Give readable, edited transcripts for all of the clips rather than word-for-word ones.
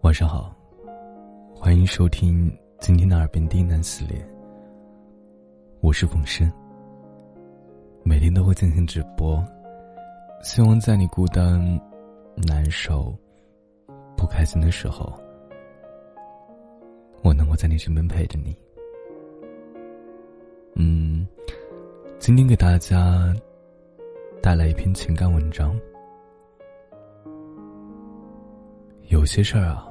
晚上好，欢迎收听今天的耳边低喃系列。我是冯生，每天都会进行直播，希望在你孤单、难受、不开心的时候，我能够在你身边陪着你。今天给大家带来一篇情感文章。有些事儿啊，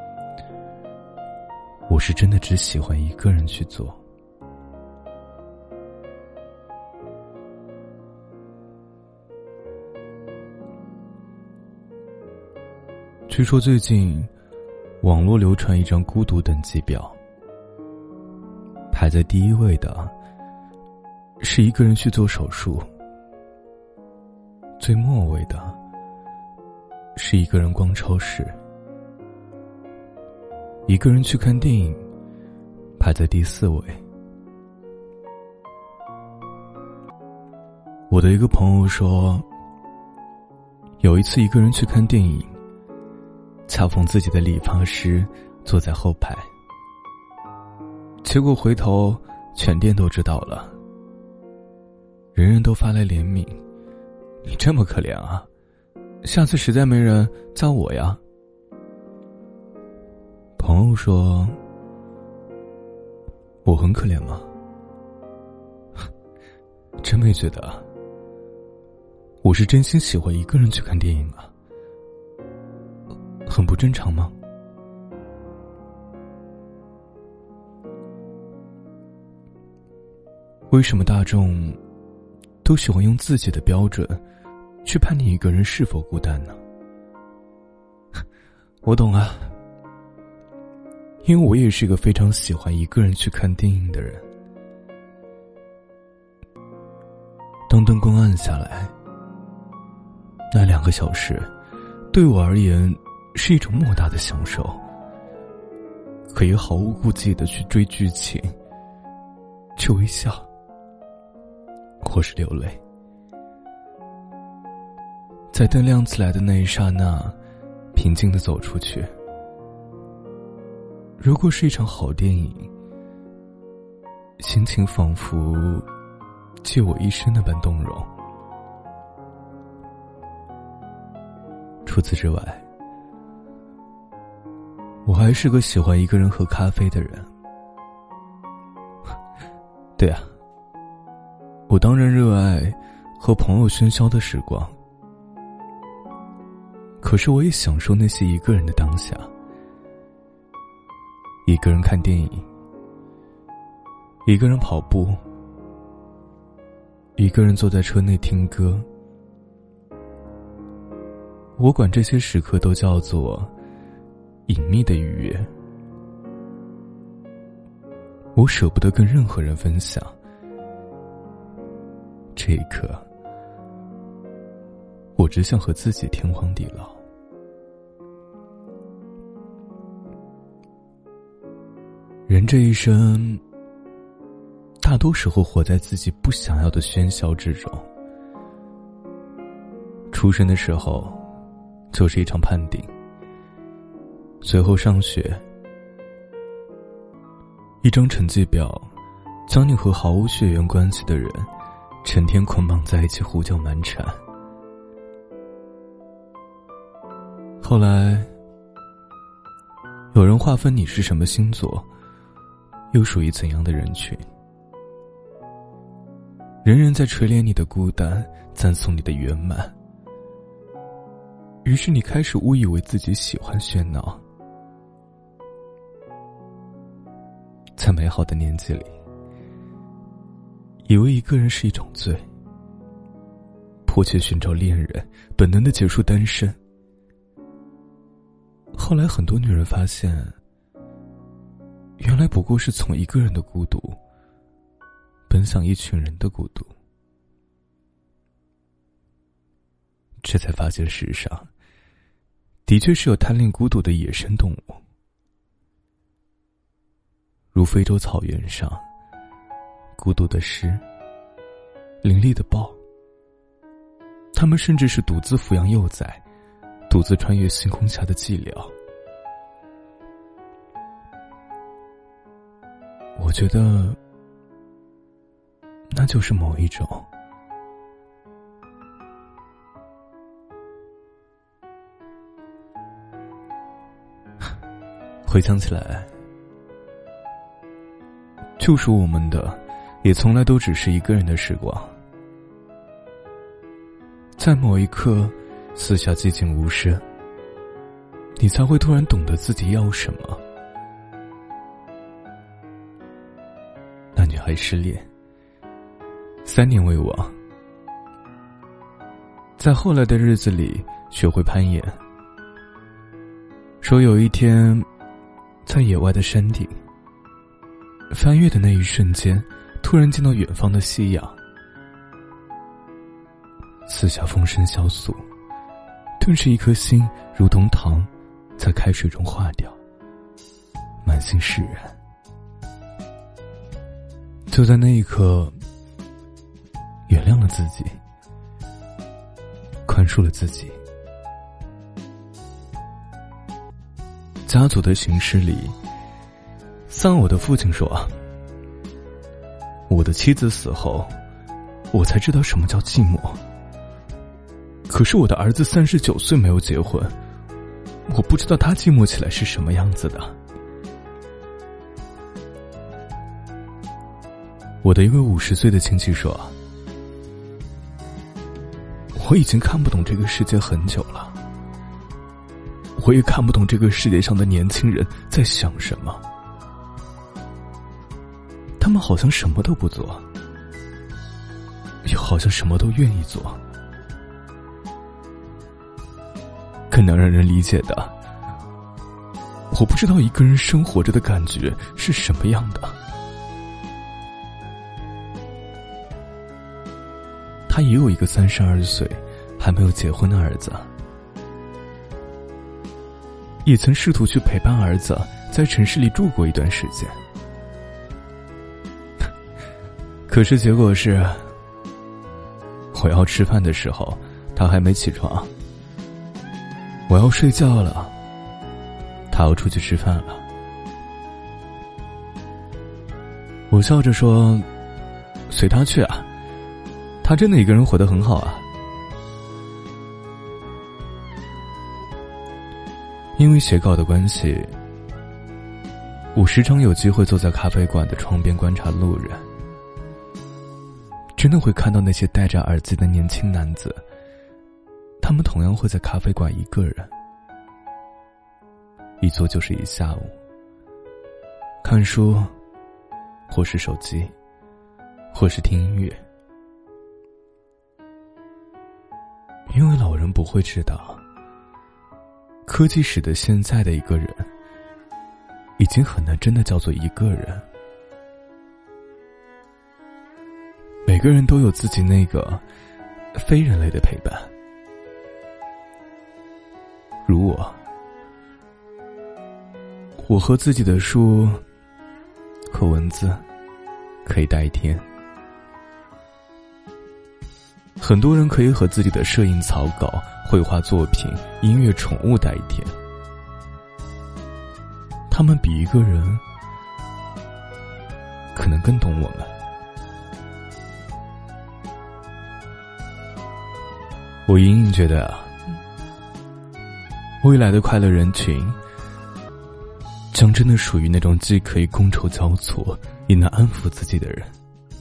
我是真的只喜欢一个人去做。据说最近网络流传一张孤独等级表，排在第一位的是一个人去做手术，最末位的是一个人逛超市，一个人去看电影排在第4位。我的一个朋友说，有一次一个人去看电影，恰逢自己的理发师坐在后排，结果回头全店都知道了，人人都发来怜悯，你这么可怜啊，下次实在没人叫我呀。朋友说，我很可怜吗？真没觉得，我是真心喜欢一个人去看电影啊，很不正常吗？为什么大众都喜欢用自己的标准去判定一个人是否孤单呢？我懂啊，因为我也是一个非常喜欢一个人去看电影的人。当灯光暗下来，那2个小时对我而言是一种莫大的享受，可以毫无顾忌地去追剧情，去微笑，或是流泪。在灯亮起来的那一刹那，平静地走出去。如果是一场好电影，心情仿佛借我一生那般动容。除此之外，我还是个喜欢一个人喝咖啡的人。对啊，我当然热爱和朋友喧嚣的时光，可是我也享受那些一个人的当下。一个人看电影，一个人跑步，一个人坐在车内听歌，我管这些时刻都叫做隐秘的愉悦。我舍不得跟任何人分享，这一刻我只想和自己天荒地老。人这一生大多时候活在自己不想要的喧嚣之中。出生的时候就是一场判定，随后上学，一张成绩表将你和毫无血缘关系的人成天捆绑在一起，胡搅蛮缠。后来有人划分你是什么星座，又属于怎样的人群，人人在垂怜你的孤单，赞颂你的圆满。于是你开始误以为自己喜欢喧闹。在美好的年纪里，以为一个人是一种罪，迫切寻找恋人，本能地结束单身。后来很多女人发现，原来不过是从一个人的孤独奔向一群人的孤独。这才发现世上的确是有贪恋孤独的野生动物，如非洲草原上孤独的狮，凌厉的豹，他们甚至是独自抚养幼崽，独自穿越星空下的寂寥。 我觉得那就是某一种回想起来，救赎我们的也从来都只是一个人的时光。在某一刻四下寂静无声，你才会突然懂得自己要什么。那女孩失恋3年未亡，在后来的日子里学会攀岩，说有一天在野外的山顶翻越的那一瞬间，突然见到远方的夕阳，四下风声萧肃，顿时一颗心如同糖在开水中化掉，满心释然。就在那一刻原谅了自己，宽恕了自己。家族的形式里，丧偶的父亲说，我的妻子死后，我才知道什么叫寂寞。可是我的儿子39岁没有结婚，我不知道他寂寞起来是什么样子的。我的一位50岁的亲戚说，我已经看不懂这个世界很久了，我也看不懂这个世界上的年轻人在想什么。他们好像什么都不做，又好像什么都愿意做。更难让人理解的，我不知道一个人生活着的感觉是什么样的。他也有一个32岁还没有结婚的儿子，也曾试图去陪伴儿子在城市里住过一段时间。可是结果是，我要吃饭的时候他还没起床，我要睡觉了他要出去吃饭了。我笑着说，随他去啊，他真的一个人活得很好啊。因为写稿的关系，我时常有机会坐在咖啡馆的窗边观察路人，真的会看到那些戴着耳机的年轻男子，他们同样会在咖啡馆一个人，一坐就是一下午，看书，或是手机，或是听音乐。因为老人不会知道，科技使得现在的一个人已经很难真的叫做一个人。每个人都有自己那个非人类的陪伴，如我和自己的书和文字可以待一天。很多人可以和自己的摄影草稿、绘画作品、音乐、宠物待一天。他们比一个人可能更懂我们。我隐隐觉得未来的快乐人群将真的属于那种既可以觥筹交错，也能安抚自己的人。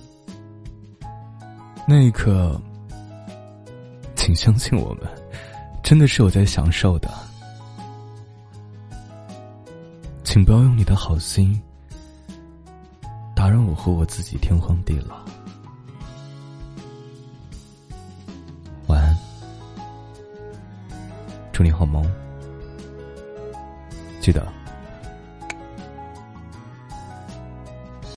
那一刻，请相信我们真的是有在享受的。请不要用你的好心打扰我和我自己天荒地老。晚安，祝你好梦。记得